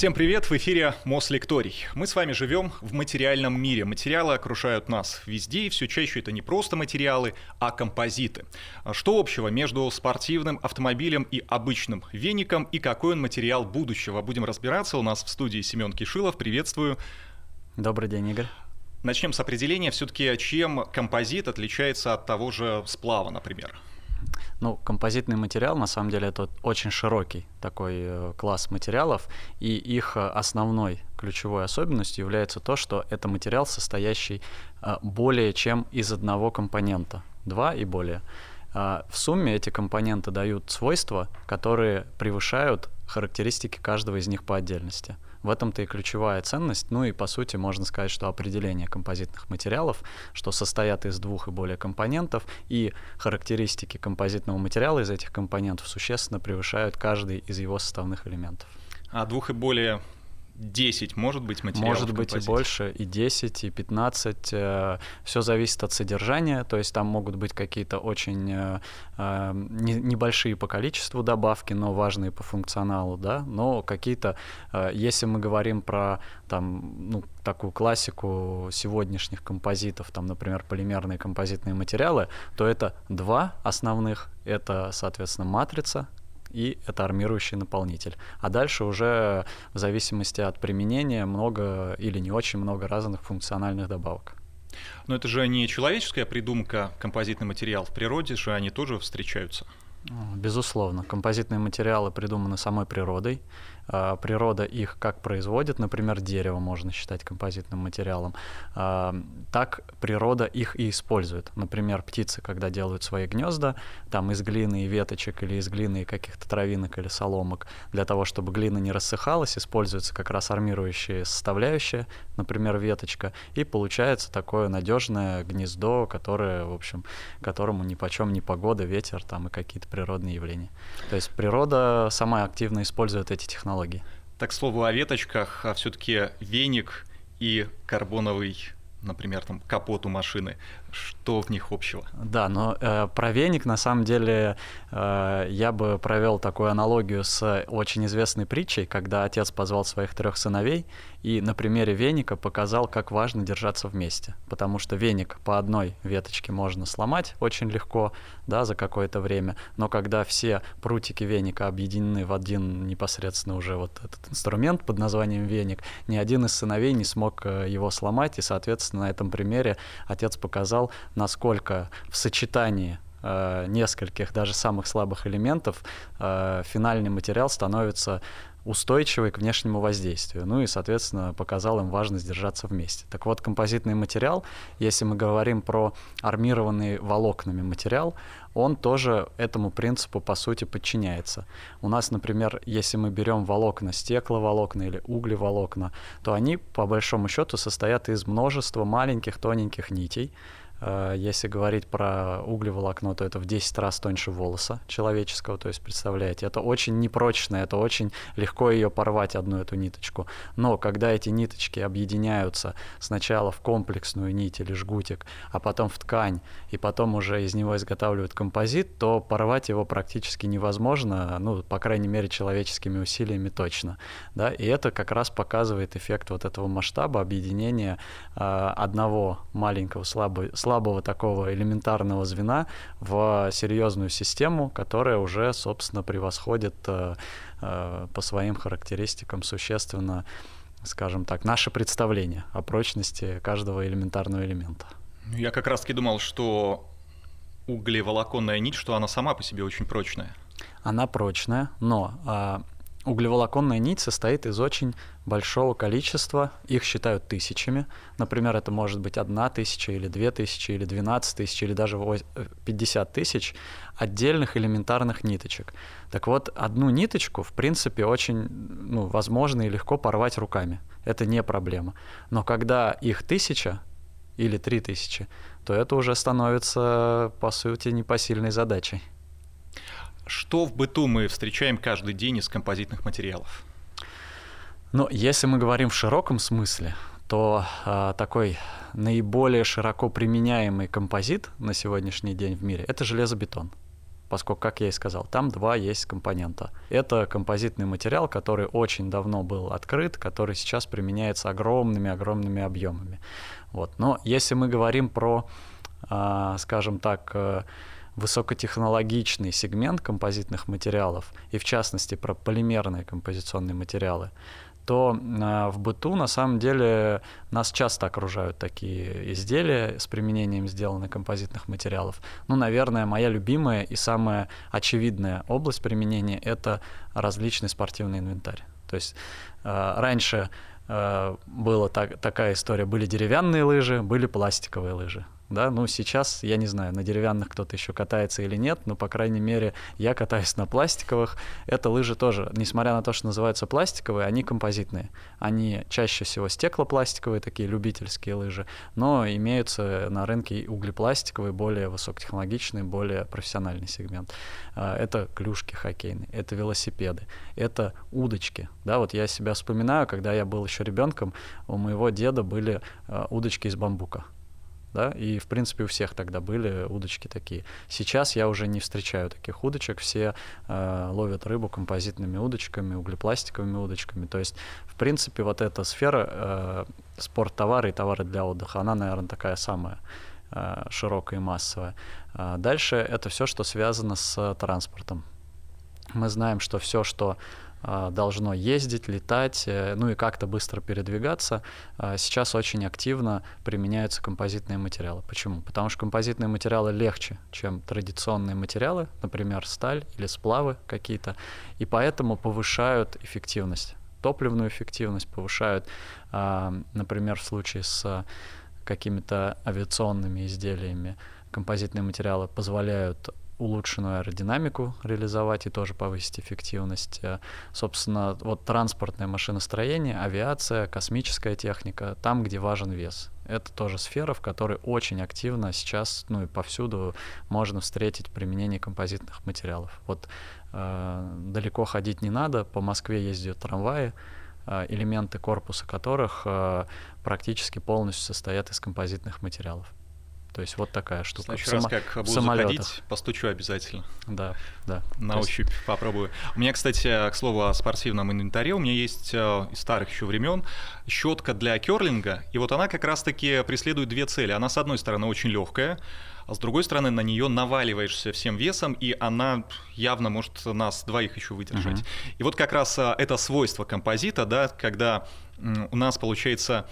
Всем привет! В эфире Мослекторий. Мы с вами живем в материальном мире. Материалы окружают нас везде, и все чаще это не просто материалы, а композиты. Что общего между спортивным автомобилем и обычным веником, и какой он материал будущего? Будем разбираться. У нас в студии Семен Кишилов. Приветствую. Добрый день, Игорь. Начнем с определения. Все-таки чем композит отличается от того же сплава, например? Ну, композитный материал, на самом деле, это очень широкий такой класс материалов, и их основной ключевой особенностью является то, что это материал, состоящий более чем из одного компонента, два и более. В сумме эти компоненты дают свойства, которые превышают характеристики каждого из них по отдельности. В этом-то и ключевая ценность, ну и по сути можно сказать, что определение композитных материалов, что состоят из двух и более компонентов, и характеристики композитного материала из этих компонентов существенно превышают каждый из его составных элементов. А двух и более 10 может быть материалов? Может быть и больше, и 10, и 15. Все зависит от содержания, то есть там могут быть какие-то очень небольшие по количеству добавки, но важные по функционалу, да, но какие-то, если мы говорим про там, такую классику сегодняшних композитов, там, например, полимерные композитные материалы, то это два основных, это, соответственно, матрица, и это армирующий наполнитель. А дальше уже в зависимости от применения много или не очень много разных функциональных добавок. Но это же не человеческая придумка, композитный материал. В природе же они тоже встречаются. Безусловно. Композитные материалы придуманы самой природой. Природа их как производит, например, дерево можно считать композитным материалом, так природа их и использует. Например, птицы, когда делают свои гнезда, там из глины и веточек или из глины и каких-то травинок или соломок, для того, чтобы глина не рассыхалась, используется как раз армирующая составляющая, например, веточка, и получается такое надежное гнездо, которое, в общем, которому нипочем ни погода, ветер там и какие-то природные явления. То есть природа сама активно использует эти технологии. Так, к слову о веточках, а все-таки веник и карбоновый, например, там, капот у машины, что в них общего? Да, но про веник, на самом деле, я бы провел такую аналогию с очень известной притчей, когда отец позвал своих 3 сыновей и на примере веника показал, как важно держаться вместе, потому что веник по одной веточке можно сломать очень легко, да, за какое-то время, но когда все прутики веника объединены в один непосредственно уже вот этот инструмент под названием веник, ни один из сыновей не смог его сломать, и, соответственно, на этом примере отец показал, насколько в сочетании нескольких, даже самых слабых элементов, финальный материал становится устойчивый к внешнему воздействию. Ну и, соответственно, показал им важность держаться вместе. Так вот, композитный материал, если мы говорим про армированный волокнами материал, он тоже этому принципу, по сути, подчиняется. У нас, например, если мы берем волокна, стекловолокна или углеволокна, то они, по большому счету, состоят из множества маленьких тоненьких нитей. Если говорить про углеволокно, то это в 10 раз тоньше волоса человеческого, то есть, представляете, это очень непрочно, это очень легко ее порвать, одну эту ниточку. Но когда эти ниточки объединяются сначала в комплексную нить или жгутик, а потом в ткань, и потом уже из него изготавливают композит, то порвать его практически невозможно, ну, по крайней мере, человеческими усилиями точно. Да? И это как раз показывает эффект вот этого масштаба объединения одного маленького слабого такого элементарного звена в серьезную систему, которая уже, собственно, превосходит по своим характеристикам существенно, скажем так, наше представление о прочности каждого элементарного элемента. Я как раз-таки думал, что углеволоконная нить, что она сама по себе очень прочная. Она прочная, но углеволоконная нить состоит из очень большого количества, их считают тысячами. Например, это может быть 1000 или 2000 или 12 тысяч или даже 50 тысяч отдельных элементарных ниточек. Так вот, одну ниточку, в принципе, очень возможно и легко порвать руками. Это не проблема. Но когда их 1000 или 3000, то это уже становится, по сути, непосильной задачей. Что в быту мы встречаем каждый день из композитных материалов? Ну, если мы говорим в широком смысле, то такой наиболее широко применяемый композит на сегодняшний день в мире – это железобетон. поскольку, как я и сказал, там два есть компонента. Это композитный материал, который очень давно был открыт, который сейчас применяется огромными объемами. Вот. Но если мы говорим про, скажем так, высокотехнологичный сегмент композитных материалов, и в частности про полимерные композиционные материалы, то в быту на самом деле нас часто окружают такие изделия с применением сделанных композитных материалов. Ну, наверное, моя любимая и самая очевидная область применения — это различный спортивный инвентарь. То есть раньше была такая история: были деревянные лыжи, были пластиковые лыжи. Да, ну сейчас, я не знаю, на деревянных кто-то еще катается или нет, но, по крайней мере, я катаюсь на пластиковых. Это лыжи тоже, несмотря на то, что называются пластиковые, они композитные. Они чаще всего стеклопластиковые, такие любительские лыжи, но имеются на рынке и углепластиковые, более высокотехнологичные, более профессиональный сегмент. Это клюшки хоккейные, это велосипеды, это удочки. Да, вот я себя вспоминаю, когда я был еще ребенком, у моего деда были удочки из бамбука. Да, и, в принципе, у всех тогда были удочки такие. Сейчас я уже не встречаю таких удочек, все ловят рыбу композитными удочками, углепластиковыми удочками. То есть, в принципе, вот эта сфера спорттовары и товары для отдыха, она, наверное, такая самая широкая и массовая. Дальше это все, что связано с транспортом. Мы знаем, что все, что должно ездить, летать, ну и как-то быстро передвигаться, сейчас очень активно применяются композитные материалы. Почему? Потому что композитные материалы легче, чем традиционные материалы, например, сталь или сплавы какие-то, и поэтому повышают эффективность, топливную эффективность, повышают, например, в случае с какими-то авиационными изделиями, композитные материалы позволяют улучшенную аэродинамику реализовать и тоже повысить эффективность. Собственно, вот транспортное машиностроение, авиация, космическая техника, там, где важен вес. Это тоже сфера, в которой очень активно сейчас, ну и повсюду можно встретить применение композитных материалов. Вот далеко ходить не надо, по Москве ездят трамваи, элементы корпуса которых практически полностью состоят из композитных материалов. То есть вот такая штука. В следующий раз, как буду заходить, постучу обязательно. Да, да. На ощупь попробую. У меня, кстати, к слову о спортивном инвентаре, у меня есть из старых еще времен щетка для керлинга, и вот она как раз-таки преследует две цели. Она, с одной стороны, очень легкая, а с другой стороны, на нее наваливаешься всем весом, и она явно может нас двоих еще выдержать. И вот как раз это свойство композита, да, когда у нас получается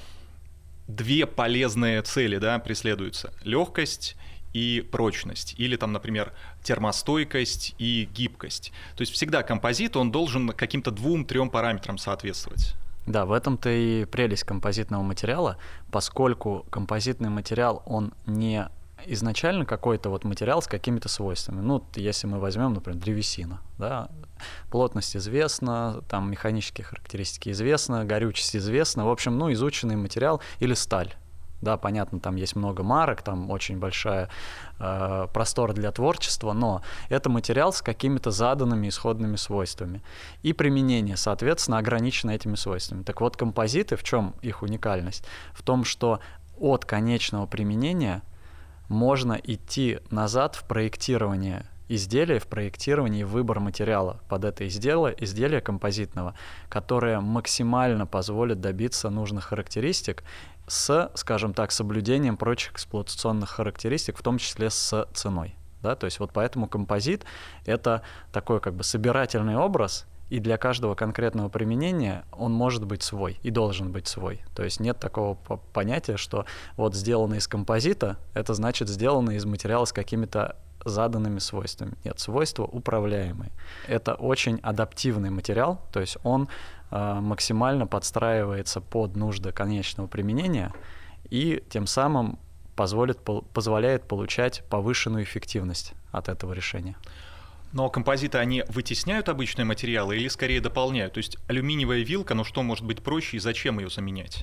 две полезные цели, да, преследуются: легкость и прочность, или там, например, термостойкость и гибкость. То есть всегда композит, он должен каким-то 2-3 параметрам соответствовать. Да, в этом-то и прелесть композитного материала, поскольку композитный материал, он не изначально какой-то вот материал с какими-то свойствами. Ну, если мы возьмем, например, древесина, да, плотность известна, там механические характеристики известны, горючесть известна, в общем, ну, изученный материал, или сталь. Да, понятно, там есть много марок, там очень большая простор для творчества, но это материал с какими-то заданными исходными свойствами. И применение, соответственно, ограничено этими свойствами. Так вот, композиты, в чем их уникальность? В том, что от конечного применения можно идти назад в проектирование изделия, в проектировании выбор материала под это изделие композитного, которое максимально позволит добиться нужных характеристик с, скажем так, соблюдением прочих эксплуатационных характеристик, в том числе с ценой. Да? То есть вот поэтому композит — это такой как бы собирательный образ, и для каждого конкретного применения он может быть свой и должен быть свой. То есть нет такого понятия, что вот сделано из композита, это значит сделано из материала с какими-то заданными свойствами. Нет, свойства управляемые. Это очень адаптивный материал, то есть он максимально подстраивается под нужды конечного применения и тем самым позволяет получать повышенную эффективность от этого решения. Но композиты, они вытесняют обычные материалы или скорее дополняют? То есть алюминиевая вилка, ну что может быть проще и зачем ее заменять?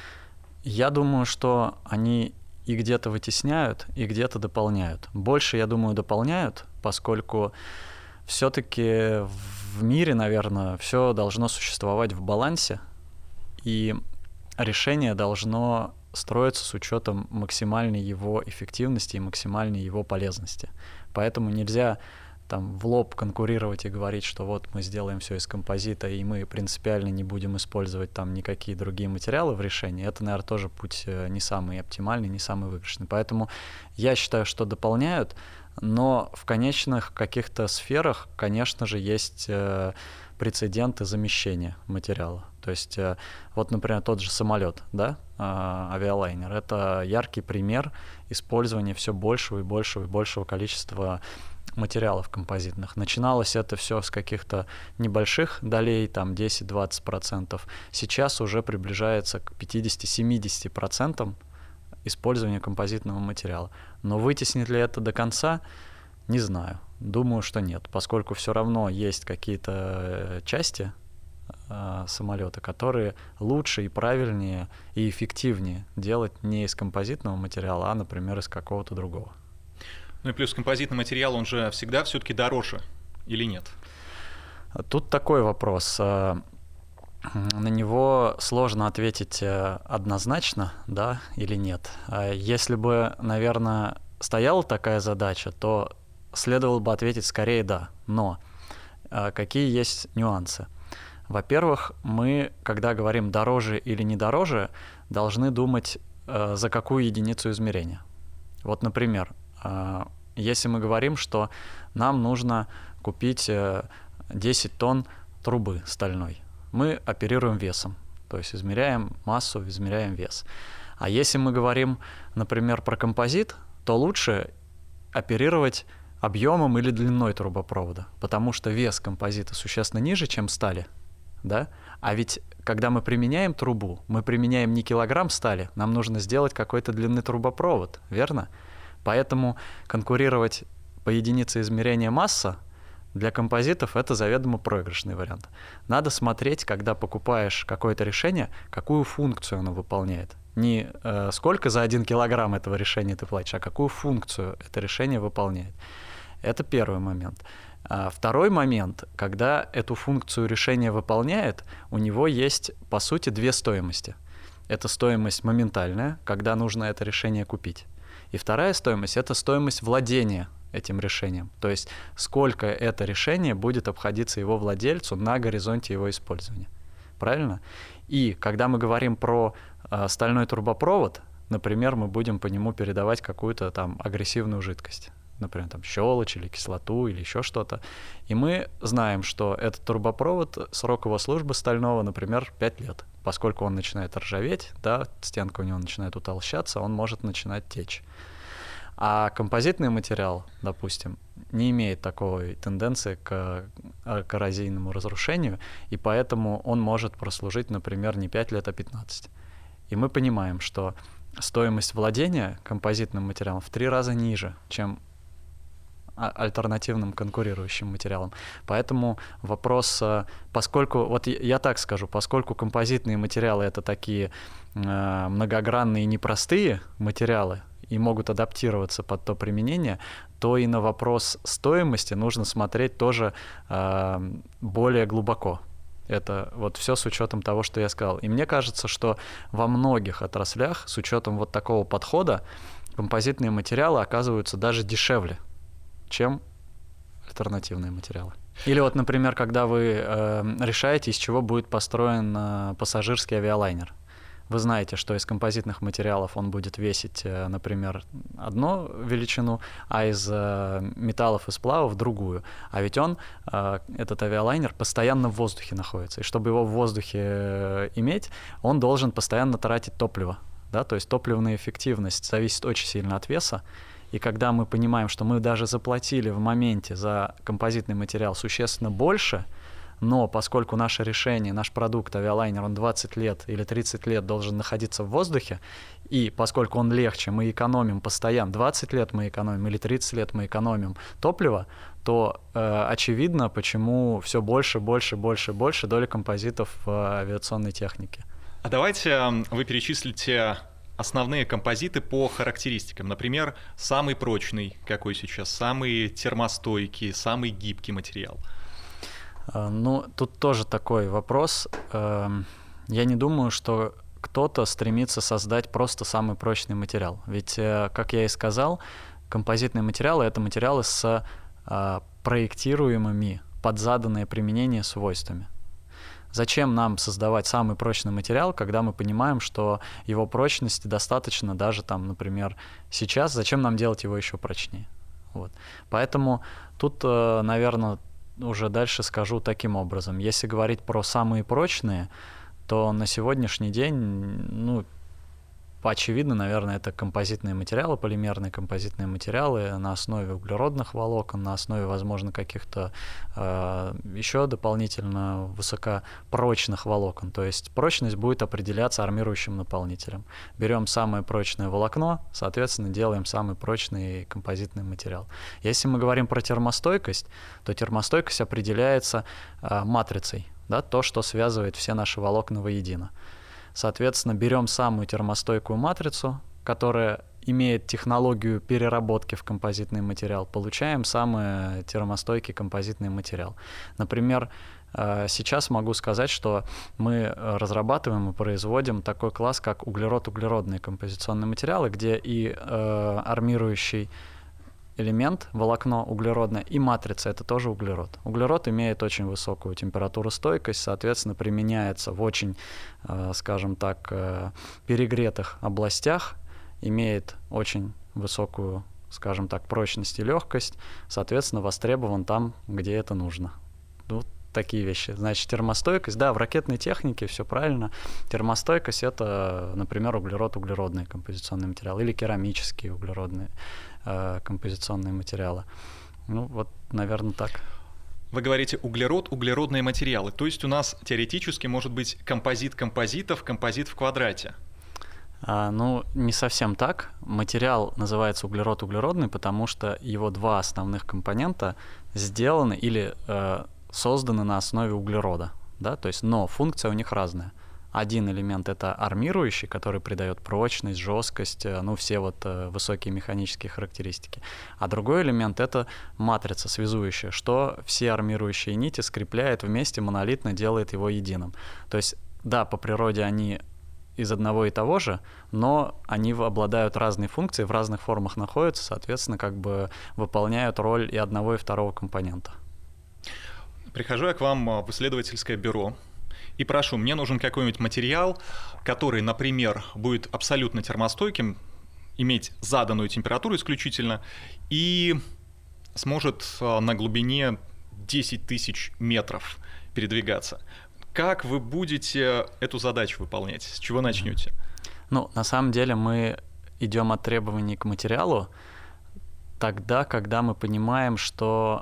Я думаю, что они и где-то вытесняют, и где-то дополняют. Больше, я думаю, дополняют, поскольку все-таки в мире, наверное, все должно существовать в балансе, и решение должно строиться с учетом максимальной его эффективности и максимальной его полезности. Поэтому нельзя там в лоб конкурировать и говорить, что вот мы сделаем все из композита, и мы принципиально не будем использовать там никакие другие материалы в решении, это, наверное, тоже путь не самый оптимальный, не самый выигрышный. Поэтому я считаю, что дополняют, но в конечных каких-то сферах, конечно же, есть прецеденты замещения материала. То есть вот, например, тот же самолет, да, авиалайнер, это яркий пример использования все большего и большего и большего количества материалов композитных. Начиналось это все с каких-то небольших долей, там 10-20%. Сейчас уже приближается к 50-70% использования композитного материала. Но вытеснит ли это до конца, не знаю. Думаю, что нет, поскольку все равно есть какие-то части самолета, которые лучше и правильнее и эффективнее делать не из композитного материала, а, например, из какого-то другого. Ну и плюс композитный материал, он же всегда все-таки дороже или нет? Тут такой вопрос. На него сложно ответить однозначно, да или нет. Если бы, наверное, стояла такая задача, то следовало бы ответить скорее «да». Но какие есть нюансы? Во-первых, мы, когда говорим «дороже» или «не дороже», должны думать, за какую единицу измерения. Вот, например, если мы говорим, что нам нужно купить 10 тонн трубы стальной, мы оперируем весом, то есть измеряем массу, измеряем вес. А если мы говорим, например, про композит, то лучше оперировать объемом или длиной трубопровода, потому что вес композита существенно ниже, чем стали. Да? А ведь когда мы применяем трубу, мы применяем не килограмм стали, нам нужно сделать какой-то длинный трубопровод, верно? Поэтому конкурировать по единице измерения масса для композитов — это заведомо проигрышный вариант. Надо смотреть, когда покупаешь какое-то решение, какую функцию оно выполняет. Не сколько за 1 килограмм этого решения ты платишь, а какую функцию это решение выполняет. Это первый момент. Второй момент, когда эту функцию решения выполняет, у него есть, по сути, две стоимости. Это стоимость моментальная, когда нужно это решение купить. И вторая стоимость — это стоимость владения этим решением. То есть сколько это решение будет обходиться его владельцу на горизонте его использования. Правильно? И когда мы говорим про стальной трубопровод, например, мы будем по нему передавать какую-то там агрессивную жидкость. Например, там щелочь или кислоту или еще что-то. И мы знаем, что этот трубопровод, срок его службы стального, например, 5 лет. Поскольку он начинает ржаветь, да, стенка у него начинает утолщаться, он может начинать течь. А композитный материал, допустим, не имеет такой тенденции к коррозийному разрушению, и поэтому он может прослужить, например, не 5 лет, а 15. И мы понимаем, что стоимость владения композитным материалом в 3 раза ниже, чем альтернативным конкурирующим материалам. Поэтому вопрос, поскольку, вот я так скажу, поскольку композитные материалы — это такие многогранные и непростые материалы и могут адаптироваться под то применение, то и на вопрос стоимости нужно смотреть тоже более глубоко. Это вот все с учетом того, что я сказал. И мне кажется, что во многих отраслях с учетом вот такого подхода композитные материалы оказываются даже дешевле, чем альтернативные материалы. Или вот, например, когда вы решаете, из чего будет построен пассажирский авиалайнер. Вы знаете, что из композитных материалов он будет весить, например, одну величину, а из металлов и сплавов другую. А ведь он, этот авиалайнер, постоянно в воздухе находится. И чтобы его в воздухе иметь, он должен постоянно тратить топливо. Да? То есть топливная эффективность зависит очень сильно от веса. И когда мы понимаем, что мы даже заплатили в моменте за композитный материал существенно больше, но поскольку наше решение, наш продукт, авиалайнер, он 20 лет или 30 лет должен находиться в воздухе, и поскольку он легче, мы экономим постоянно, 20 лет мы экономим или 30 лет мы экономим топливо, то очевидно, почему все больше доля композитов в авиационной технике. А давайте вы перечислите основные композиты по характеристикам. Например, самый прочный какой сейчас, самый термостойкий, самый гибкий материал. Ну, тут тоже такой вопрос. Я не думаю, что кто-то стремится создать просто самый прочный материал. Ведь, как я и сказал, композитные материалы — это материалы с проектируемыми под заданное применение свойствами. Зачем нам создавать самый прочный материал, когда мы понимаем, что его прочности достаточно даже там, например, сейчас, зачем нам делать его еще прочнее? Вот. Поэтому тут, наверное, уже дальше скажу таким образом. Если говорить про самые прочные, то на сегодняшний день, ну, очевидно, наверное, это композитные материалы, полимерные композитные материалы на основе углеродных волокон, на основе, возможно, каких-то еще дополнительно высокопрочных волокон. То есть прочность будет определяться армирующим наполнителем. Берем самое прочное волокно, соответственно, делаем самый прочный композитный материал. Если мы говорим про термостойкость, то термостойкость определяется матрицей, да, то, что связывает все наши волокна воедино. Соответственно, берем самую термостойкую матрицу, которая имеет технологию переработки в композитный материал, получаем самый термостойкий композитный материал. Например, сейчас могу сказать, что мы разрабатываем и производим такой класс, как углерод-углеродные композиционные материалы, где и армирующий элемент, волокно углеродное, и матрица — это тоже углерод. Углерод имеет очень высокую температуростойкость, соответственно, применяется в очень, скажем так, перегретых областях, имеет очень высокую, скажем так, прочность и легкость, соответственно, востребован там, где это нужно. Вот такие вещи. Значит, термостойкость, да, в ракетной технике все правильно. Термостойкость — это, например, углерод-углеродные композиционные материалы или керамические углеродные композиционные материалы. Ну, вот, наверное, так. Вы говорите углерод, углеродные материалы. То есть у нас теоретически может быть композит композитов, композит в квадрате. Ну, не совсем так. Материал называется углерод-углеродный, потому что его два основных компонента сделаны или созданы на основе углерода. Да? То есть, но функция у них разная. Один элемент — это армирующий, который придает прочность, жесткость, ну, все вот высокие механические характеристики. А другой элемент — это матрица связующая, что все армирующие нити скрепляет вместе, монолитно делает его единым. То есть, да, по природе они из одного и того же, но они обладают разной функцией, в разных формах находятся, соответственно, как бы выполняют роль и одного, и второго компонента. Прихожу я к вам в исследовательское бюро и прошу, мне нужен какой-нибудь материал, который, например, будет абсолютно термостойким, иметь заданную температуру исключительно и сможет на глубине 10 тысяч метров передвигаться. Как вы будете эту задачу выполнять? С чего начнете? Ну, на самом деле мы идем от требований к материалу тогда, когда мы понимаем, что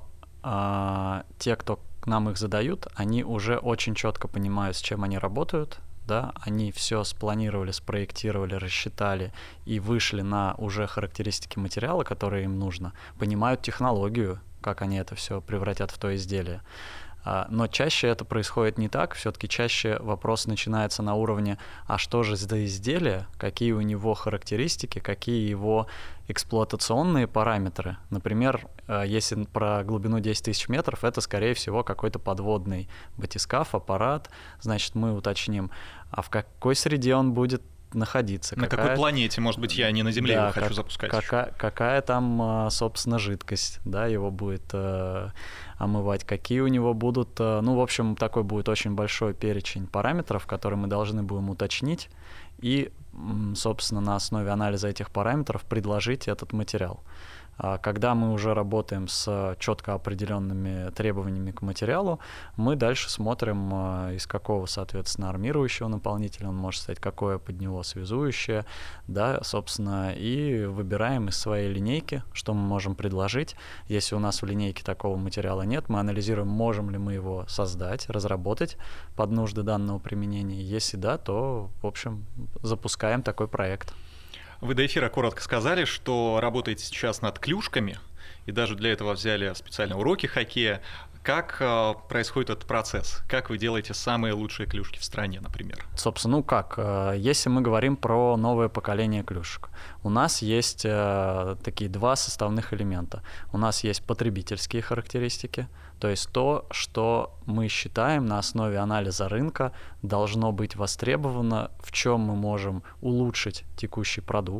те, кто нам их задают, они уже очень четко понимают, с чем они работают, да, они все спланировали, спроектировали, рассчитали и вышли на уже характеристики материала, которые им нужно, понимают технологию, как они это все превратят в то изделие. Но чаще это происходит не так, все-таки чаще вопрос начинается на уровне, а что же за изделие, какие у него характеристики, какие его эксплуатационные параметры. Например, если про глубину 10 тысяч метров, это, скорее всего, какой-то подводный батискаф, аппарат, значит, мы уточним, а в какой среде он будет находиться. На какой планете, может быть, я не на Земле его хочу запускать. Какая там, собственно, жидкость, да, его будет омывать, какие у него будут, ну, в общем, такой будет очень большой перечень параметров, которые мы должны будем уточнить и, собственно, на основе анализа этих параметров предложить этот материал. Когда мы уже работаем с четко определенными требованиями к материалу, мы дальше смотрим, из какого, соответственно, армирующего наполнителя он может стать, какое под него связующее, да, собственно, и выбираем из своей линейки, что мы можем предложить. Если у нас в линейке такого материала нет, мы анализируем, можем ли мы его создать, разработать под нужды данного применения. Если да, то, в общем, запускаем такой проект. Вы до эфира коротко сказали, что работаете сейчас над клюшками, и даже для этого взяли специальные уроки хоккея. Как происходит этот процесс? Как вы делаете самые лучшие клюшки в стране, например? Собственно, ну как? Если мы говорим про новое поколение клюшек, у нас есть такие два составных элемента. У нас есть потребительские характеристики, то есть то, что мы считаем на основе анализа рынка должно быть востребовано, в чем мы можем улучшить текущий продукт,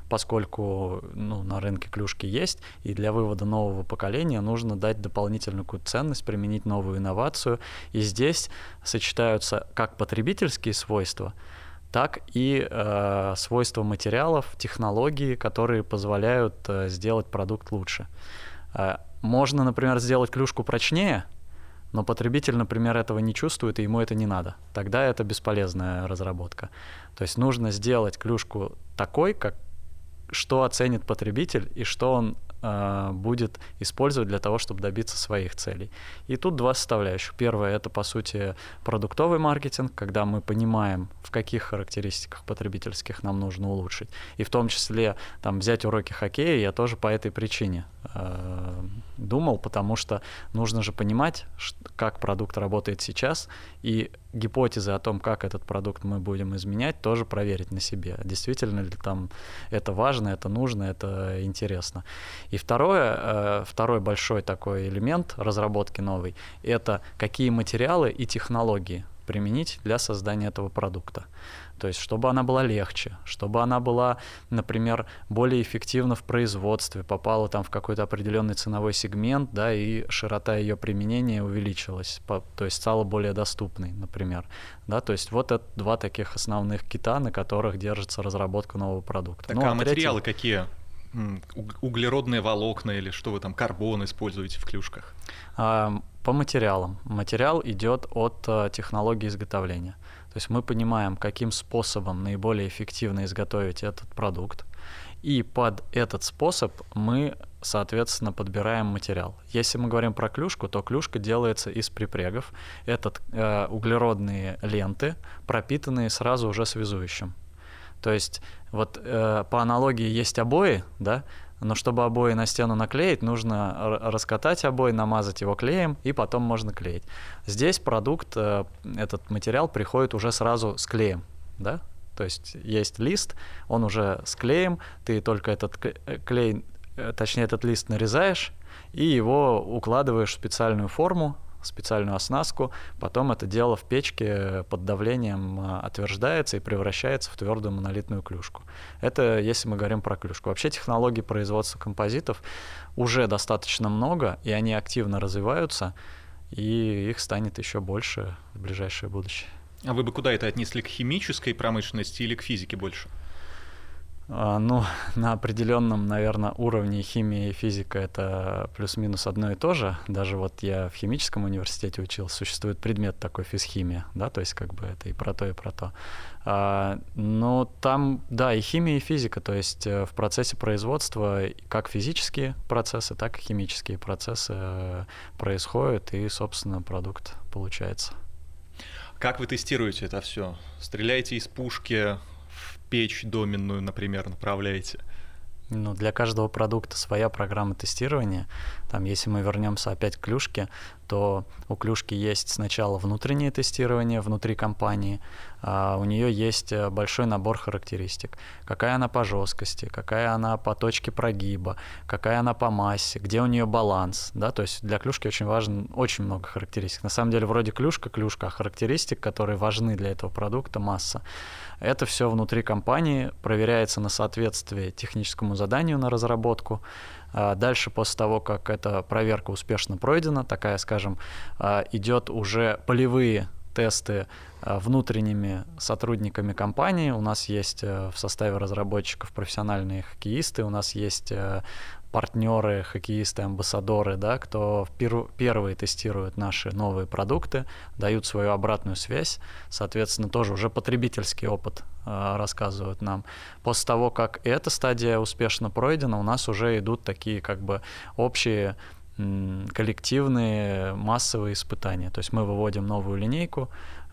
поскольку на рынке клюшки есть, и для вывода нового поколения нужно дать дополнительную какую-то ценность, применить новую инновацию. И здесь сочетаются как потребительские свойства, так и свойства материалов, технологии, которые позволяют сделать продукт лучше. Можно, например, сделать клюшку прочнее, но потребитель, например, этого не чувствует, и ему это не надо. Тогда это бесполезная разработка. То есть нужно сделать клюшку такой, что оценит потребитель и что он будет использовать для того, чтобы добиться своих целей. И тут два составляющих. Первое — это, по сути, продуктовый маркетинг, когда мы понимаем, в каких характеристиках потребительских нам нужно улучшить. И в том числе взять уроки хоккея я тоже по этой причине думал, потому что нужно же понимать, как продукт работает сейчас, и гипотезы о том, как этот продукт мы будем изменять, тоже проверить на себе. Действительно ли это важно, это нужно, это интересно. И второй большой такой элемент разработки новой — это какие материалы и технологии применить для создания этого продукта. То есть, чтобы она была легче, чтобы она была, например, более эффективна в производстве, попала в какой-то определенный ценовой сегмент, да, и широта ее применения увеличилась, то есть стала более доступной, например. Да, то есть вот это два таких основных кита, на которых держится разработка нового продукта. Так, а материалы какие? Углеродные волокна или что вы карбон используете в клюшках? По материалам. Материал идет от технологии изготовления. То есть мы понимаем, каким способом наиболее эффективно изготовить этот продукт, и под этот способ мы, соответственно, подбираем материал. Если мы говорим про клюшку, то клюшка делается из припрегов. Это углеродные ленты, пропитанные сразу уже связующим. То есть по аналогии есть обои, да, но чтобы обои на стену наклеить, нужно раскатать обои, намазать его клеем, и потом можно клеить. Здесь продукт, этот материал приходит уже сразу с клеем, да? То есть лист, он уже с клеем, ты только этот клей, точнее этот лист нарезаешь и его укладываешь в специальную форму, специальную оснастку, потом это дело в печке под давлением отверждается и превращается в твердую монолитную клюшку. Это если мы говорим про клюшку. Вообще технологий производства композитов уже достаточно много, и они активно развиваются, и их станет еще больше в ближайшее будущее. А вы бы куда это отнесли, к химической промышленности или к физике больше? На определенном, наверное, уровне химия и физика — это плюс-минус одно и то же. Даже я в химическом университете учился, существует предмет такой — физхимия, да, то есть это и про то, и про то. Но там, да, и химия, и физика, то есть в процессе производства как физические процессы, так и химические процессы происходят, и, собственно, продукт получается. Как вы тестируете это все? Стреляете из пушки, печь доменную, например, направляете? Для каждого продукта своя программа тестирования. Если мы вернемся опять к клюшке, то у клюшки есть сначала внутреннее тестирование внутри компании, у нее есть большой набор характеристик. Какая она по жесткости, какая она по точке прогиба, какая она по массе, где у нее баланс. Да? То есть для клюшки очень важно очень много характеристик. На самом деле вроде клюшка, а характеристик, которые важны для этого продукта, масса. Это все внутри компании проверяется на соответствие техническому заданию на разработку. Дальше, после того, как эта проверка успешно пройдена, такая, скажем, идет уже полевые тесты внутренними сотрудниками компании. У нас есть в составе разработчиков профессиональные хоккеисты, у нас есть партнеры, хоккеисты, амбассадоры, да, кто первые тестируют наши новые продукты, дают свою обратную связь, соответственно, тоже уже потребительский опыт рассказывают нам. После того, как эта стадия успешно пройдена, у нас уже идут такие общие коллективные массовые испытания. То есть мы выводим новую линейку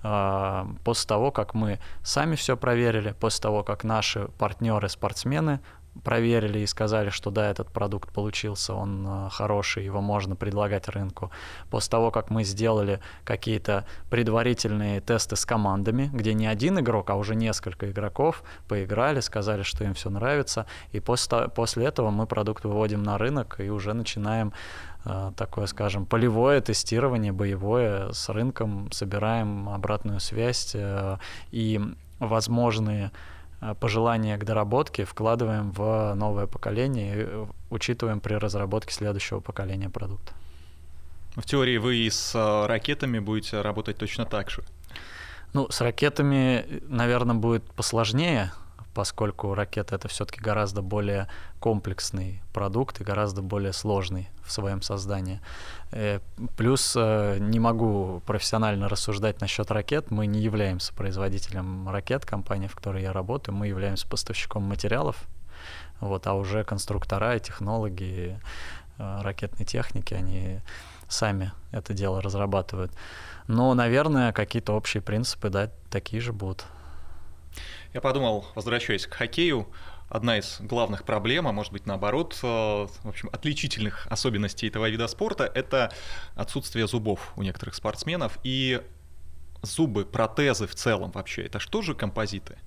после того, как мы сами все проверили, после того, как наши партнеры-спортсмены проверили и сказали, что да, этот продукт получился, он хороший, его можно предлагать рынку. После того, как мы сделали какие-то предварительные тесты с командами, где не один игрок, а уже несколько игроков поиграли, сказали, что им все нравится, и после этого мы продукт выводим на рынок и уже начинаем такое, скажем, полевое тестирование, боевое с рынком, собираем обратную связь и возможные пожелания к доработке вкладываем в новое поколение и учитываем при разработке следующего поколения продукта. В теории вы и с ракетами будете работать точно так же? Ну, с ракетами, наверное, будет посложнее, поскольку ракета — это все-таки гораздо более комплексный продукт и гораздо более сложный в своем создании. Плюс не могу профессионально рассуждать насчет ракет. Мы не являемся производителем ракет, компания, в которой я работаю. Мы являемся поставщиком материалов, а уже конструктора и технологи ракетной техники, они сами это дело разрабатывают. Но, наверное, какие-то общие принципы, да, такие же будут. Я подумал, возвращаясь к хоккею, одна из главных проблем, а может быть наоборот, в общем, отличительных особенностей этого вида спорта — это отсутствие зубов у некоторых спортсменов. И зубы, протезы в целом вообще, это что же композиты?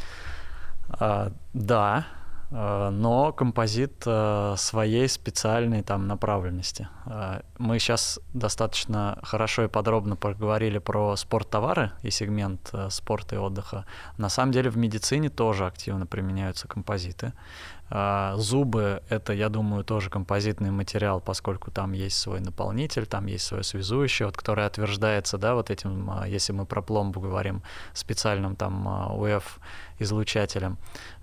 Да, но композит своей специальной там направленности. Мы сейчас достаточно хорошо и подробно поговорили про спорттовары и сегмент спорта и отдыха. На самом деле в медицине тоже активно применяются композиты. Зубы — это, я думаю, тоже композитный материал, поскольку там есть свой наполнитель, там есть свое связующее, которое утверждается, да, вот этим, если мы про пломбу говорим, специальным там УФ-излучателем.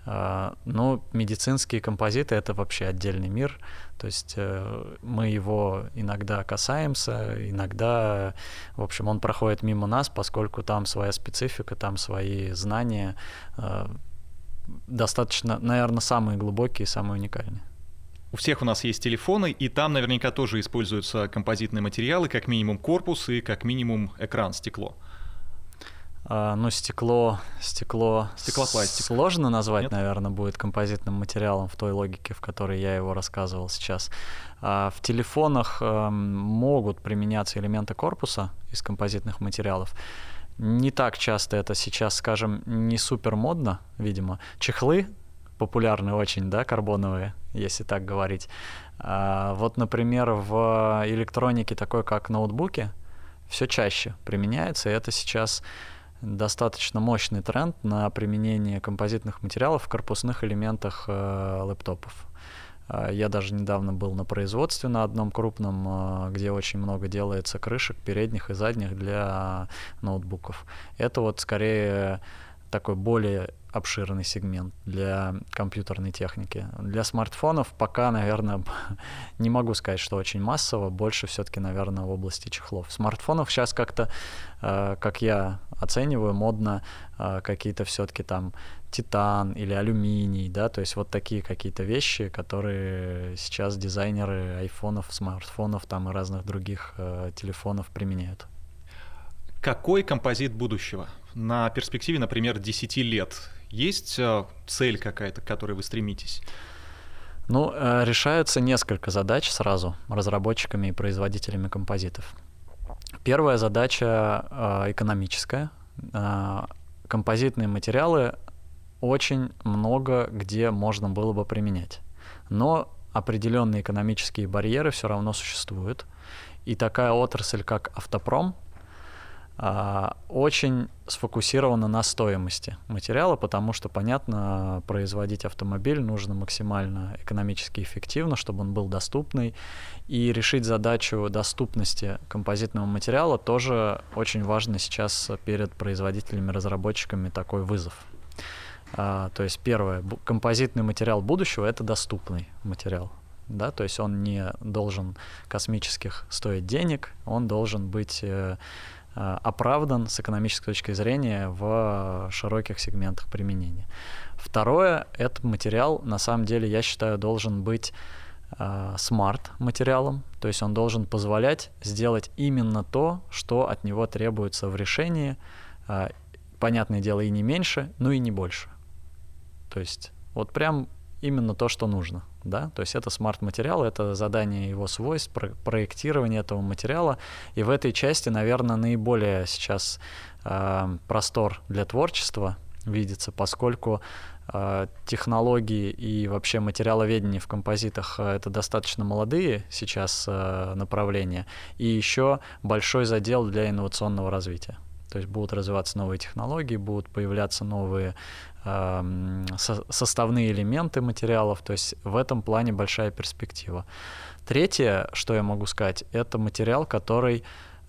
Но медицинские композиты — это вообще отдельный мир, то есть мы его иногда касаемся, иногда, в общем, он проходит мимо нас, поскольку там своя специфика, там свои знания, достаточно, наверное, самые глубокие, самые уникальные. У всех у нас есть телефоны, и там наверняка тоже используются композитные материалы, как минимум корпус и как минимум экран, стекло. Ну, стеклопластик сложно назвать, нет? Наверное, будет композитным материалом в той логике, в которой я его рассказывал сейчас. В телефонах могут применяться элементы корпуса из композитных материалов. Не так часто это сейчас, скажем, не супер модно, видимо. Чехлы популярны очень, да, карбоновые, если так говорить. Вот, например, в электронике, такой как ноутбуки, все чаще применяется, и это сейчас достаточно мощный тренд на применение композитных материалов в корпусных элементах лэптопов. Я даже недавно был на производстве на одном крупном, где очень много делается крышек передних и задних для ноутбуков. Это вот скорее такой более обширный сегмент для компьютерной техники. Для смартфонов пока, наверное, не могу сказать, что очень массово, больше все-таки, наверное, в области чехлов. В смартфонах сейчас как-то, как я оцениваю, модно какие-то все-таки там титан или алюминий, да, то есть вот такие какие-то вещи, которые сейчас дизайнеры айфонов, смартфонов там и разных других телефонов применяют. Какой композит будущего? На перспективе, например, 10 лет есть цель какая-то, к которой вы стремитесь? Ну, решаются несколько задач сразу разработчиками и производителями композитов. Первая задача экономическая. Композитные материалы очень много где можно было бы применять. Но определенные экономические барьеры все равно существуют. И такая отрасль, как автопром, очень сфокусирована на стоимости материала, потому что, понятно, производить автомобиль нужно максимально экономически эффективно, чтобы он был доступный. И решить задачу доступности композитного материала тоже очень важно сейчас перед производителями, разработчиками такой вызов. То есть первое, композитный материал будущего — это доступный материал. Да, то есть он не должен космических стоить денег, он должен быть оправдан с экономической точки зрения в широких сегментах применения. Второе, этот материал, на самом деле, я считаю, должен быть смарт-материалом, то есть он должен позволять сделать именно то, что от него требуется в решении, понятное дело, и не меньше, но и не больше. То есть вот прям именно то, что нужно. Да? То есть это смарт-материал, это задание его свойств, проектирование этого материала. И в этой части, наверное, наиболее сейчас простор для творчества видится, поскольку технологии и вообще материаловедение в композитах — это достаточно молодые сейчас направления, и еще большой задел для инновационного развития. То есть будут развиваться новые технологии, будут появляться новые составные элементы материалов. То есть в этом плане большая перспектива. Третье, что я могу сказать, это материал, который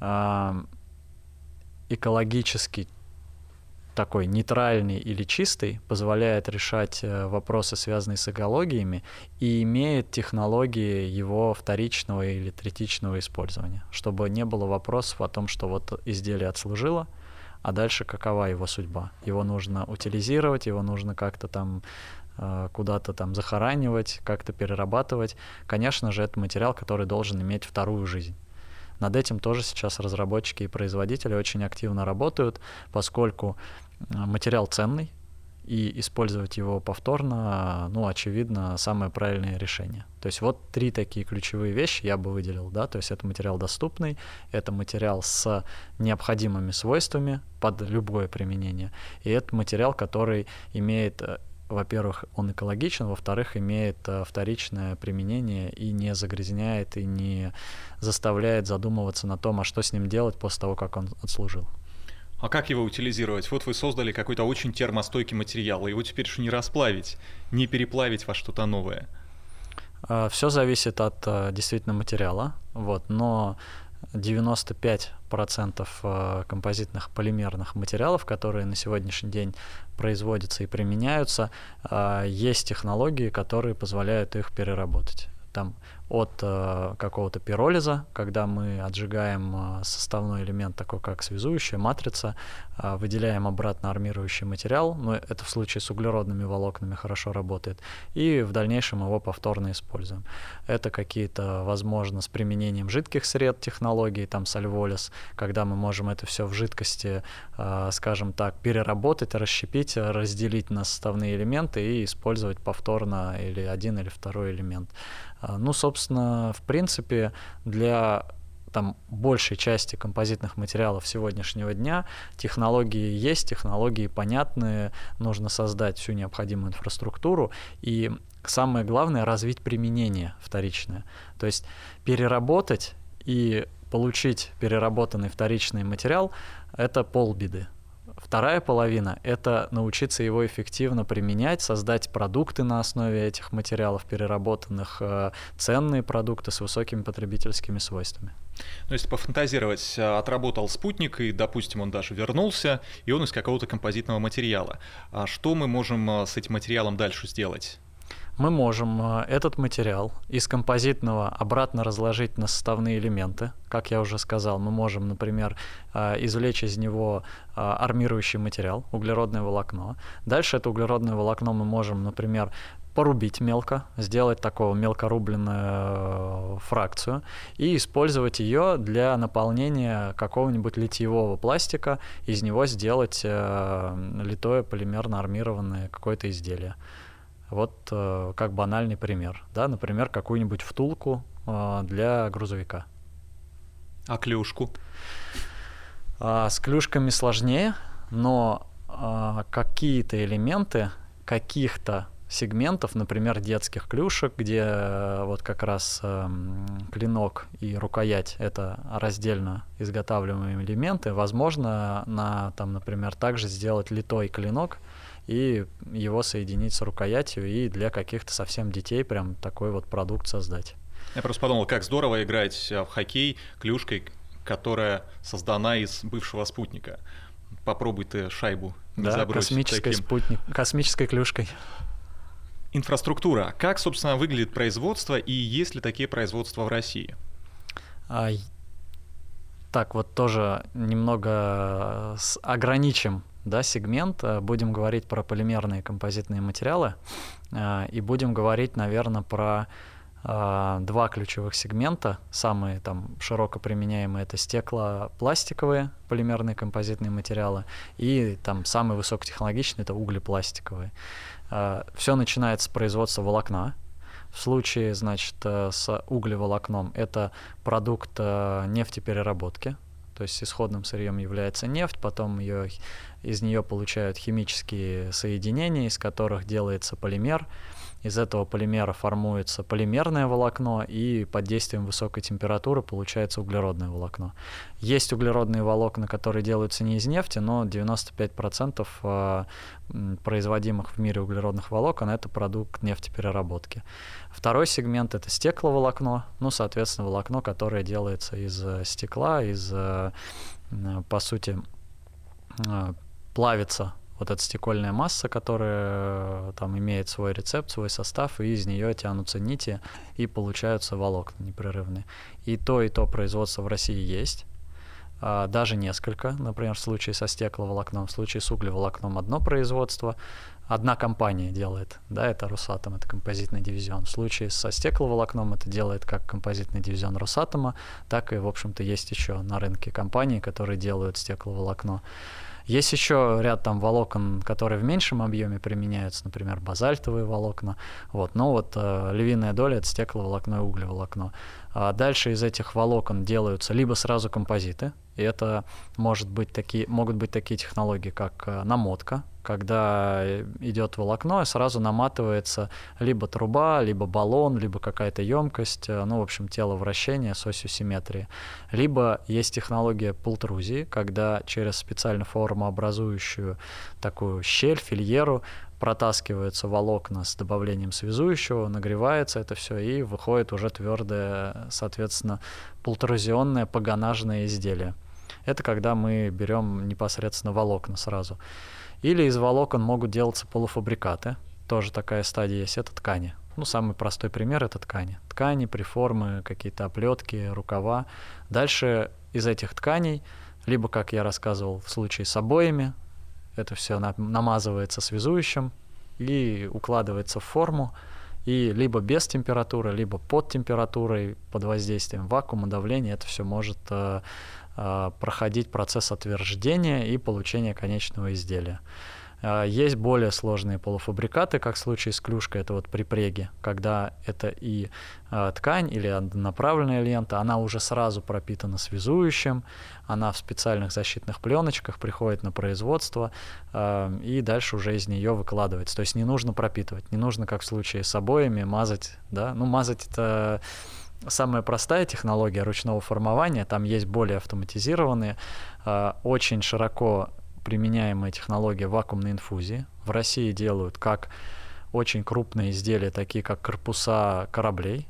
экологически такой нейтральный или чистый, позволяет решать вопросы, связанные с экологиями, и имеет технологии его вторичного или третичного использования, чтобы не было вопросов о том, что вот изделие отслужило, а дальше какова его судьба. Его нужно утилизировать, его нужно как-то там куда-то там захоранивать, как-то перерабатывать. Конечно же, это материал, который должен иметь вторую жизнь. Над этим тоже сейчас разработчики и производители очень активно работают, поскольку материал ценный, и использовать его повторно, ну, очевидно, самое правильное решение. То есть вот 3 такие ключевые вещи я бы выделил, да, то есть это материал доступный, это материал с необходимыми свойствами под любое применение, и это материал, который имеет, во-первых, он экологичен, во-вторых, имеет вторичное применение и не загрязняет, и не заставляет задумываться на том, а что с ним делать после того, как он отслужил. А как его утилизировать? Вот вы создали какой-то очень термостойкий материал, его теперь же не расплавить, не переплавить во что-то новое. Все зависит от действительно материала, вот, но 95% композитных полимерных материалов, которые на сегодняшний день производятся и применяются, есть технологии, которые позволяют их переработать. Там от какого-то пиролиза, когда мы отжигаем составной элемент, такой как связующая матрица, выделяем обратно армирующий материал, но это в случае с углеродными волокнами хорошо работает, и в дальнейшем его повторно используем. Это какие-то, возможно, с применением жидких сред технологий, там сальволиз, когда мы можем это все в жидкости, скажем так, переработать, расщепить, разделить на составные элементы и использовать повторно или один или второй элемент. Ну, собственно, в принципе, для там большей части композитных материалов сегодняшнего дня технологии есть, технологии понятны, нужно создать всю необходимую инфраструктуру, и самое главное — развить применение вторичное. То есть переработать и получить переработанный вторичный материал — это полбеды. Вторая половина — это научиться его эффективно применять, создать продукты на основе этих материалов переработанных, ценные продукты с высокими потребительскими свойствами. Ну, если пофантазировать, отработал спутник, и, допустим, он даже вернулся, и он из какого-то композитного материала. А что мы можем с этим материалом дальше сделать? Мы можем этот материал из композитного обратно разложить на составные элементы. Как я уже сказал, мы можем, например, извлечь из него армирующий материал, углеродное волокно. Дальше это углеродное волокно мы можем, например, порубить мелко, сделать такого мелкорубленную фракцию и использовать ее для наполнения какого-нибудь литьевого пластика, из него сделать литое полимерно-армированное какое-то изделие. Вот как банальный пример, да, например, какую-нибудь втулку для грузовика. А клюшку? С клюшками сложнее, но какие-то элементы каких-то сегментов, например, детских клюшек, где вот как раз клинок и рукоять — это раздельно изготавливаемые элементы, возможно, там, например, также сделать литой клинок и его соединить с рукоятью, и для каких-то совсем детей прям такой вот продукт создать. Я просто подумал, как здорово играть в хоккей клюшкой, которая создана из бывшего спутника. Попробуй ты шайбу не забросить таким. Космической клюшкой. Инфраструктура. Как, собственно, выглядит производство, и есть ли такие производства в России? Так, вот тоже немного ограничим, да, сегмент. Будем говорить про полимерные композитные материалы и будем говорить, наверное, про 2 ключевых сегмента. Самые там широко применяемые — это стеклопластиковые полимерные композитные материалы, и там самый высокотехнологичный — это углепластиковые. Все начинается с производства волокна. В случае, значит, с углеволокном это продукт нефтепереработки, то есть исходным сырьем является нефть, потом из нее получают химические соединения, из которых делается полимер. из этого полимера формуется полимерное волокно, и под действием высокой температуры получается углеродное волокно. Есть углеродные волокна, которые делаются не из нефти, но 95% производимых в мире углеродных волокон — это продукт нефтепереработки. Второй сегмент — это стекловолокно, ну, соответственно, волокно, которое делается из стекла, по сути, плавится вот эта стекольная масса, которая там имеет свой рецепт, свой состав, и из нее тянутся нити, и получаются волокна непрерывные. И то производство в России есть. Даже несколько. Например, в случае со стекловолокном, в случае с углеволокном одно производство, одна компания делает, да, это Росатом, это композитный дивизион. В случае со стекловолокном это делает как композитный дивизион Росатома, так и, в общем-то, есть еще на рынке компании, которые делают стекловолокно. Есть еще ряд там волокон, которые в меньшем объеме применяются, например, базальтовые волокна. Но львиная доля — это стекловолокно и углеволокно. А дальше из этих волокон делаются либо сразу композиты, и это могут быть такие технологии, как намотка, когда идет волокно и сразу наматывается либо труба, либо баллон, либо какая-то емкость, в общем, тело вращения с осью симметрии. Либо есть технология пультрузии, когда через специально формообразующую такую щель, фильеру, протаскиваются волокна с добавлением связующего, нагревается это все, и выходит уже твердое, соответственно, пультрузионное погонажное изделие. Это когда мы берем непосредственно волокна сразу. Или из волокон могут делаться полуфабрикаты. Тоже такая стадия есть. Это ткани. Самый простой пример — это ткани. Ткани, преформы, какие-то оплетки, рукава. Дальше из этих тканей, либо, как я рассказывал, в случае с обоями, это все намазывается связующим и укладывается в форму. И либо без температуры, либо под температурой, под воздействием вакуума, давления, это все может проходить процесс отверждения и получения конечного изделия. Есть более сложные полуфабрикаты, как в случае с клюшкой, это припреги, когда это и ткань или однонаправленная лента, она уже сразу пропитана связующим, она в специальных защитных пленочках приходит на производство, и дальше уже из нее выкладывается. То есть не нужно пропитывать, не нужно, как в случае с обоями, мазать. Да? Мазать — это самая простая технология ручного формования, там есть более автоматизированные, очень широко применяемая технология вакуумной инфузии. В России делают как очень крупные изделия, такие как корпуса кораблей,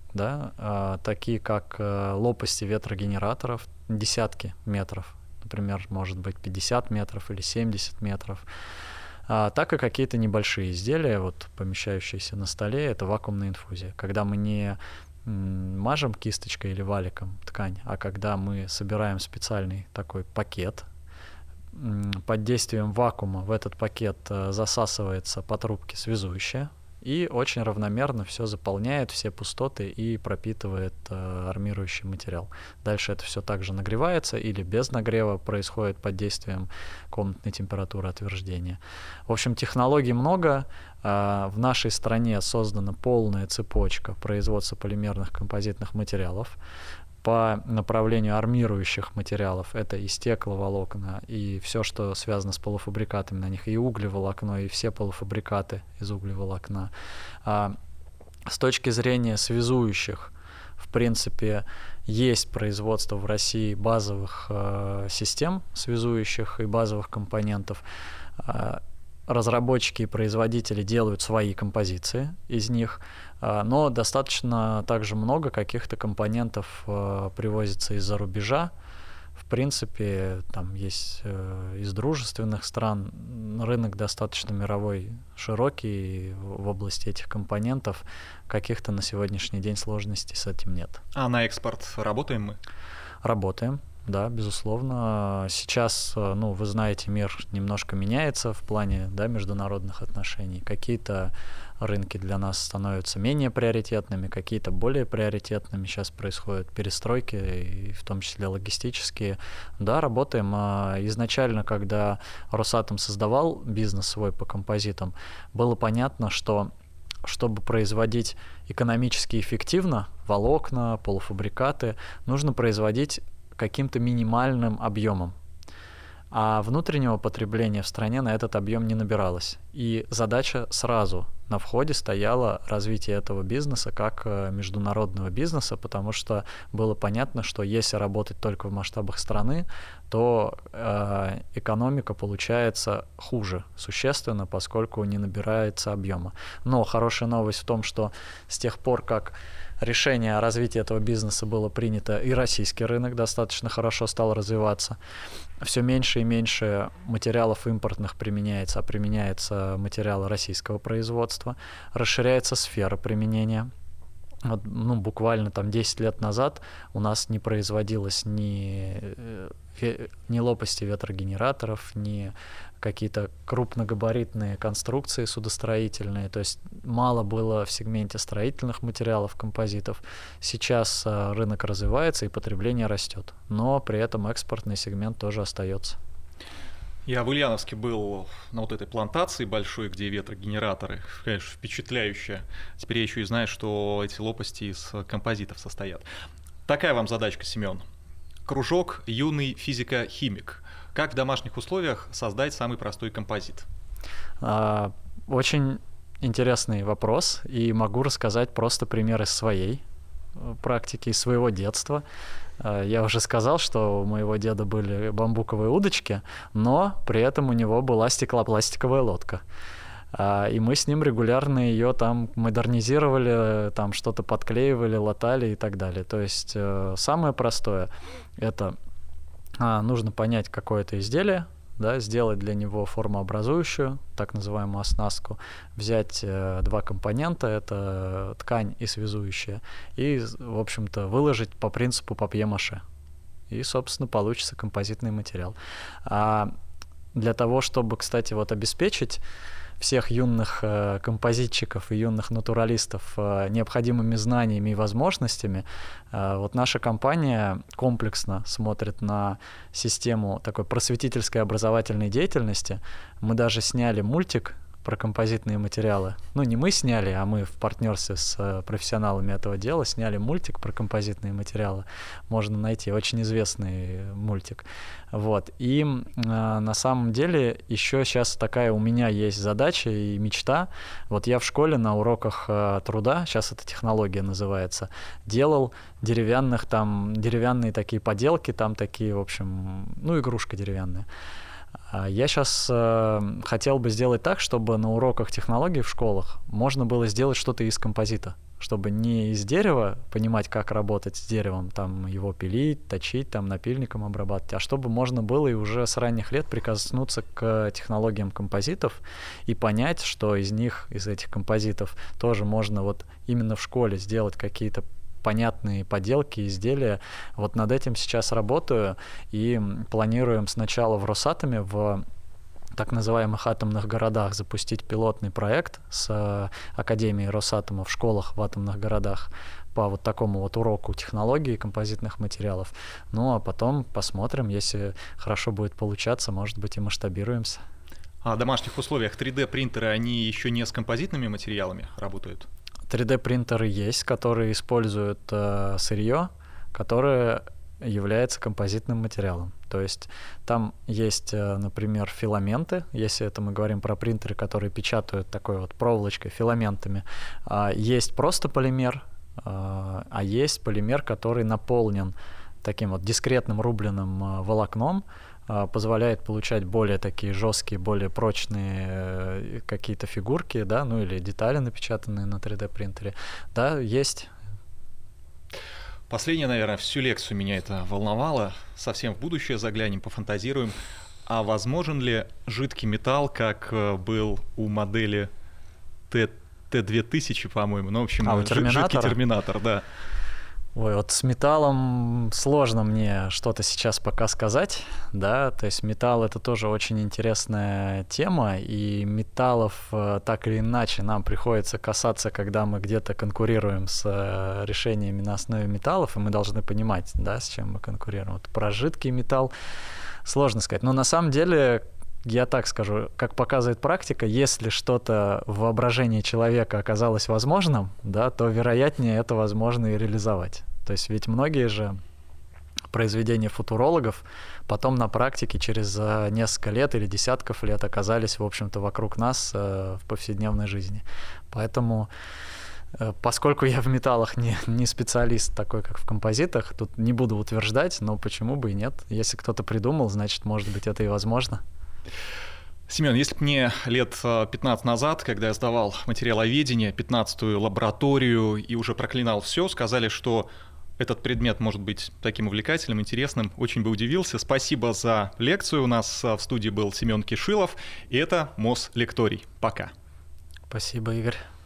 да, такие как лопасти ветрогенераторов, десятки метров, например, может быть 50 метров или 70 метров, так и какие-то небольшие изделия, помещающиеся на столе, это вакуумная инфузия. Когда мы не мажем кисточкой или валиком ткань, а когда мы собираем специальный такой пакет, под действием вакуума в этот пакет засасывается по трубке связующее, и очень равномерно все заполняет, все пустоты, и пропитывает армирующий материал. Дальше это все также нагревается или без нагрева происходит под действием комнатной температуры отверждения. В общем, технологий много. В нашей стране создана полная цепочка производства полимерных композитных материалов. По направлению армирующих материалов это и стекловолокна, и все, что связано с полуфабрикатами на них, и углеволокно, и все полуфабрикаты из углеволокна. С точки зрения связующих, в принципе, есть производство в России базовых систем связующих и базовых компонентов. Разработчики и производители делают свои композиции из них, но достаточно также много каких-то компонентов привозится из-за рубежа. В принципе, там есть из дружественных стран рынок достаточно мировой, широкий в области этих компонентов. Каких-то на сегодняшний день сложностей с этим нет. А на экспорт работаем мы? Работаем. Да, безусловно. Сейчас, вы знаете, мир немножко меняется в плане, международных отношений. Какие-то рынки для нас становятся менее приоритетными, какие-то более приоритетными. Сейчас происходят перестройки, и в том числе логистические. Да, работаем. Изначально, когда Росатом создавал бизнес свой по композитам, было понятно, что чтобы производить экономически эффективно волокна, полуфабрикаты, нужно производить каким-то минимальным объемом. А внутреннего потребления в стране на этот объем не набиралось. И задача сразу на входе стояла развитие этого бизнеса как международного бизнеса, потому что было понятно, что если работать только в масштабах страны, то экономика получается хуже существенно, поскольку не набирается объема. Но хорошая новость в том, что с тех пор, как решение о развитии этого бизнеса было принято, и российский рынок достаточно хорошо стал развиваться. Все меньше и меньше материалов импортных применяется, а применяются материалы российского производства. Расширяется сфера применения. Вот, буквально там 10 лет назад у нас не производилось ни лопасти ветрогенераторов, ни какие-то крупногабаритные конструкции судостроительные, то есть мало было в сегменте строительных материалов, композитов. Сейчас рынок развивается и потребление растет, но при этом экспортный сегмент тоже остается. Я в Ульяновске был на вот этой плантации большой, где ветрогенераторы, конечно, впечатляюще. Теперь я еще и знаю, что эти лопасти из композитов состоят. Такая вам задачка, Семен. Кружок «Юный физико-химик». Как в домашних условиях создать самый простой композит? Очень интересный вопрос, и могу рассказать просто пример из своей практики, из своего детства. Я уже сказал, что у моего деда были бамбуковые удочки, но при этом у него была стеклопластиковая лодка. И мы с ним регулярно ее там модернизировали, там что-то подклеивали, латали и так далее. То есть самое простое — это нужно понять какое-то изделие, да, сделать для него формообразующую, так называемую оснастку, взять два компонента, это ткань и связующая, и, в общем-то, выложить по принципу папье-маше. И, собственно, получится композитный материал. А для того, чтобы, кстати, вот обеспечить всех юных композитчиков и юных натуралистов необходимыми знаниями и возможностями, вот наша компания комплексно смотрит на систему такой просветительской образовательной деятельности. Мы даже сняли мультик про композитные материалы. Не мы сняли, а мы в партнерстве с профессионалами этого дела сняли мультик про композитные материалы. Можно найти, очень известный мультик. Вот. И на самом деле еще сейчас такая у меня есть задача и мечта. Вот я в школе на уроках труда, сейчас это технология называется, делал деревянные такие поделки, там такие, в общем, игрушка деревянная. Я сейчас хотел бы сделать так, чтобы на уроках технологий в школах можно было сделать что-то из композита, чтобы не из дерева понимать, как работать с деревом, там его пилить, точить, там напильником обрабатывать, а чтобы можно было и уже с ранних лет прикоснуться к технологиям композитов и понять, что из этих композитов тоже можно вот именно в школе сделать какие-то понятные поделки, изделия. Вот над этим сейчас работаю и планируем сначала в Росатоме, в так называемых атомных городах, запустить пилотный проект с Академией Росатома в школах в атомных городах по вот такому вот уроку технологий композитных материалов. А потом посмотрим, если хорошо будет получаться, может быть, и масштабируемся. А в домашних условиях 3D-принтеры, они еще не с композитными материалами работают? 3D-принтеры есть, которые используют сырье, которое является композитным материалом. То есть там есть, например, филаменты, если это мы говорим про принтеры, которые печатают такой вот проволочкой, филаментами. Есть просто полимер, а есть полимер, который наполнен таким вот дискретным рубленым волокном, позволяет получать более такие жесткие, более прочные какие-то фигурки, да, или детали, напечатанные на 3D-принтере. Да, есть. Последнее, наверное, всю лекцию меня это волновало. Совсем в будущее заглянем, пофантазируем. А возможен ли жидкий металл, как был у модели Т-2000, по-моему? В общем, жидкий терминатор, да. Ой, вот с металлом сложно мне что-то сейчас пока сказать, да, то есть металл — это тоже очень интересная тема, и металлов так или иначе нам приходится касаться, когда мы где-то конкурируем с решениями на основе металлов, и мы должны понимать, да, с чем мы конкурируем. Вот про жидкий металл сложно сказать, но на самом деле, я так скажу, как показывает практика, если что-то в воображении человека оказалось возможным, да, то вероятнее это возможно и реализовать. То есть ведь многие же произведения футурологов, потом на практике через несколько лет или десятков лет оказались, в общем-то, вокруг нас в повседневной жизни. Поэтому, поскольку я в металлах не специалист такой, как в композитах, тут не буду утверждать, но почему бы и нет. Если кто-то придумал, значит, может быть, это и возможно. Семен, если бы мне лет 15 назад, когда я сдавал материаловедение, 15-ю лабораторию и уже проклинал все, сказали, что этот предмет может быть таким увлекательным, интересным, очень бы удивился. Спасибо за лекцию. У нас в студии был Семен Кишилов, и это Мослекторий. Пока. Спасибо, Игорь.